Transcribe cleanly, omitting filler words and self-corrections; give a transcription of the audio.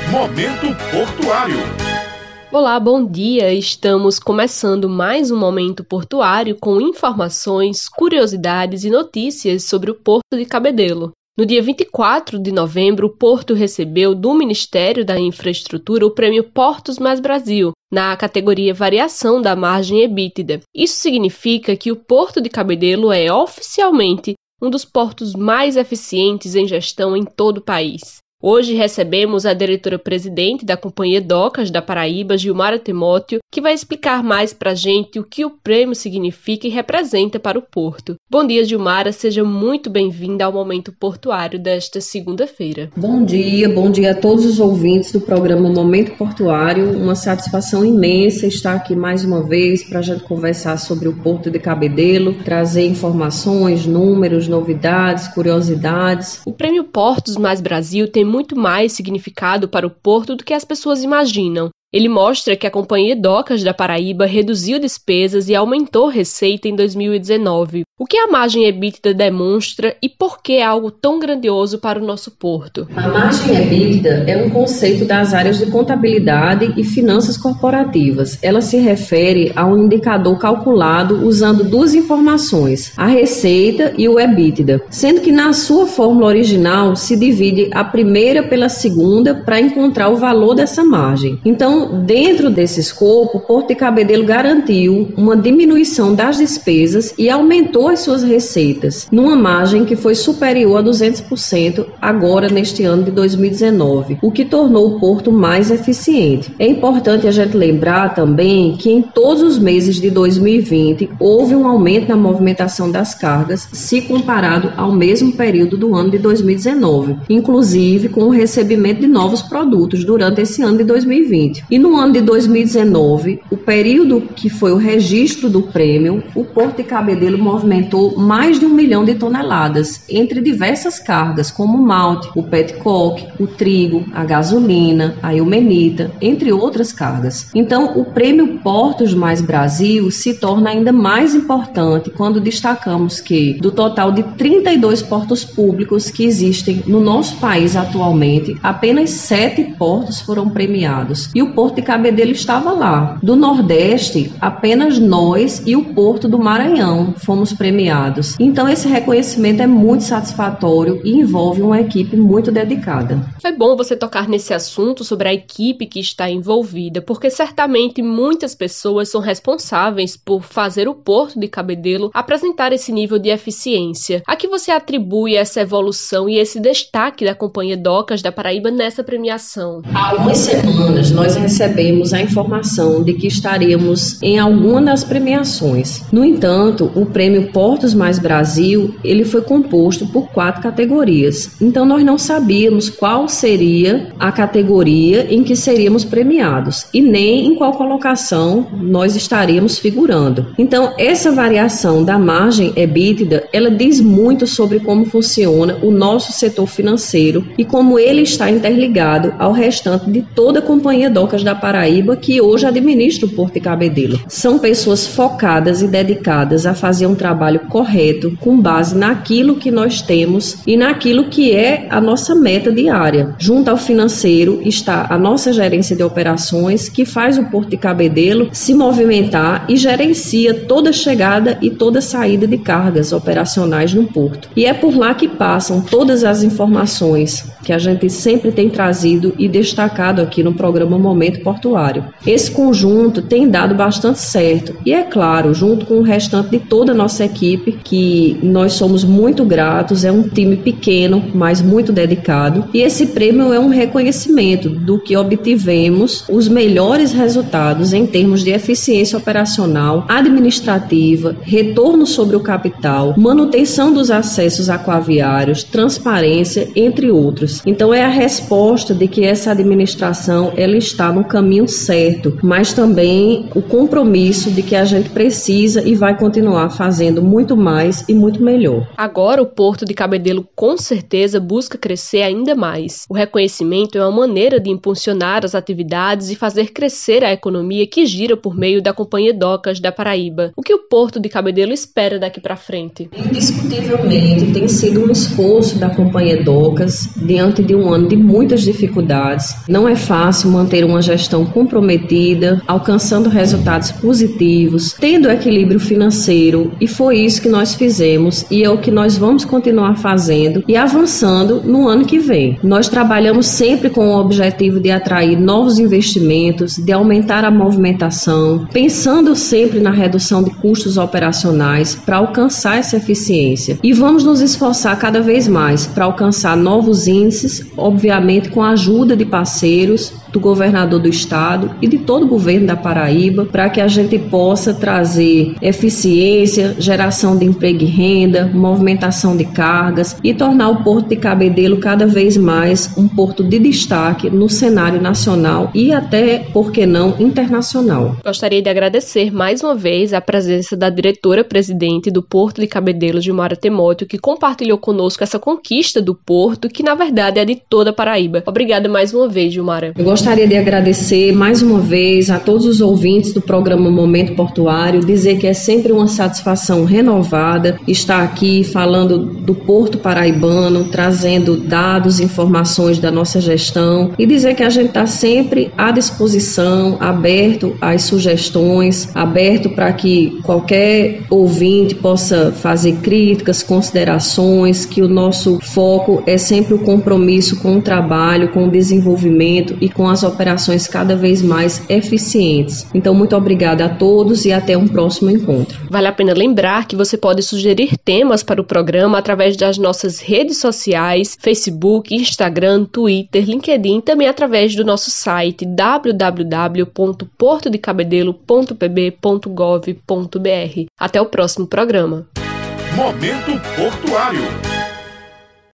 Momento Portuário. Olá, bom dia! Estamos começando mais um Momento Portuário com informações, curiosidades e notícias sobre o Porto de Cabedelo. No dia 24 de novembro, o Porto recebeu do Ministério da Infraestrutura o prêmio Portos Mais Brasil, na categoria Variação da Margem EBITDA. Isso significa que o Porto de Cabedelo é oficialmente um dos portos mais eficientes em gestão em todo o país. Hoje recebemos a diretora-presidente da Companhia Docas da Paraíba, Gilmara Timóteo, que vai explicar mais para a gente o que o prêmio significa e representa para o Porto. Bom dia, Gilmara, seja muito bem-vinda ao Momento Portuário desta segunda-feira. Bom dia a todos os ouvintes do programa Momento Portuário. Uma satisfação imensa estar aqui mais uma vez para a gente conversar sobre o Porto de Cabedelo, trazer informações, números, novidades, curiosidades. O Prêmio Portos Mais Brasil tem muito mais significado para o Porto do que as pessoas imaginam. Ele mostra que a Companhia Docas da Paraíba reduziu despesas e aumentou receita em 2019. O que a margem EBITDA demonstra e por que é algo tão grandioso para o nosso porto? A margem EBITDA é um conceito das áreas de contabilidade e finanças corporativas. Ela se refere a um indicador calculado usando duas informações, a receita e o EBITDA, sendo que na sua fórmula original se divide a primeira pela segunda para encontrar o valor dessa margem. Então, dentro desse escopo, o Porto de Cabedelo garantiu uma diminuição das despesas e aumentou as suas receitas, numa margem que foi superior a 200% agora neste ano de 2019, o que tornou o Porto mais eficiente. É importante a gente lembrar também que em todos os meses de 2020 houve um aumento na movimentação das cargas, se comparado ao mesmo período do ano de 2019, inclusive com o recebimento de novos produtos durante esse ano de 2020. E no ano de 2019, o período que foi o registro do prêmio, o Porto de Cabedelo movimentou mais de 1 milhão de toneladas, entre diversas cargas, como o malte, o petcock, o trigo, a gasolina, a ilmenita, entre outras cargas. Então, o prêmio Portos Mais Brasil se torna ainda mais importante quando destacamos que, do total de 32 portos públicos que existem no nosso país atualmente, apenas 7 portos foram premiados. E o Porto de Cabedelo estava lá. Do Nordeste, apenas nós e o Porto do Maranhão fomos premiados. Então, esse reconhecimento é muito satisfatório e envolve uma equipe muito dedicada. Foi bom você tocar nesse assunto sobre a equipe que está envolvida, porque certamente muitas pessoas são responsáveis por fazer o Porto de Cabedelo apresentar esse nível de eficiência. A que você atribui essa evolução e esse destaque da Companhia Docas da Paraíba nessa premiação? Há algumas semanas nós recebemos a informação de que estaremos em alguma das premiações. No entanto, o prêmio Portos Mais Brasil, ele foi composto por 4 categorias. Então nós não sabíamos qual seria a categoria em que seríamos premiados e nem em qual colocação nós estaríamos figurando. Então essa variação da margem EBITDA, ela diz muito sobre como funciona o nosso setor financeiro e como ele está interligado ao restante de toda a Companhia Docas da Paraíba, que hoje administra o Porto de Cabedelo. São pessoas focadas e dedicadas a fazer um trabalho correto, com base naquilo que nós temos e naquilo que é a nossa meta diária. Junto ao financeiro está a nossa gerência de operações, que faz o Porto de Cabedelo se movimentar e gerencia toda chegada e toda saída de cargas operacionais no porto. E é por lá que passam todas as informações que a gente sempre tem trazido e destacado aqui no programa Momento Portuário. Esse conjunto tem dado bastante certo e, é claro, junto com o restante de toda a nossa equipe, que nós somos muito gratos, é um time pequeno, mas muito dedicado, e esse prêmio é um reconhecimento do que obtivemos os melhores resultados em termos de eficiência operacional, administrativa, retorno sobre o capital, manutenção dos acessos aquaviários, transparência, entre outros. Então é a resposta de que essa administração ela está no caminho certo, mas também o compromisso de que a gente precisa e vai continuar fazendo muito mais e muito melhor. Agora o Porto de Cabedelo com certeza busca crescer ainda mais. O reconhecimento é uma maneira de impulsionar as atividades e fazer crescer a economia que gira por meio da Companhia Docas da Paraíba. O que o Porto de Cabedelo espera daqui para frente? Indiscutivelmente tem sido um esforço da Companhia Docas diante de um ano de muitas dificuldades. Não é fácil manter uma gestão comprometida, alcançando resultados positivos, tendo equilíbrio financeiro, e foi isso que nós fizemos e é o que nós vamos continuar fazendo e avançando no ano que vem. Nós trabalhamos sempre com o objetivo de atrair novos investimentos, de aumentar a movimentação, pensando sempre na redução de custos operacionais para alcançar essa eficiência. E vamos nos esforçar cada vez mais para alcançar novos índices, obviamente com a ajuda de parceiros, do governador do estado e de todo o governo da Paraíba, para que a gente possa trazer eficiência, geração de emprego e renda, movimentação de cargas e tornar o Porto de Cabedelo cada vez mais um porto de destaque no cenário nacional e até, por que não, internacional. Gostaria de agradecer mais uma vez a presença da diretora-presidente do Porto de Cabedelo, Gilmara Temóteo, que compartilhou conosco essa conquista do Porto, que na verdade é de toda a Paraíba. Obrigada mais uma vez, Gilmara. Eu gostaria de agradecer mais uma vez a todos os ouvintes do programa Momento Portuário, dizer que é sempre uma satisfação renovada estar aqui falando do Porto Paraibano, trazendo dados, informações da nossa gestão e dizer que a gente está sempre à disposição, aberto às sugestões, aberto para que qualquer ouvinte possa fazer críticas, considerações, que o nosso foco é sempre o compromisso com o trabalho, com o desenvolvimento e com as operações cada vez mais eficientes. Então, muito obrigada a todos e até um próximo encontro. Vale a pena lembrar que você pode sugerir temas para o programa através das nossas redes sociais, Facebook, Instagram, Twitter, LinkedIn, também através do nosso site www.portodecabedelo.pb.gov.br. Até o próximo programa. Momento Portuário.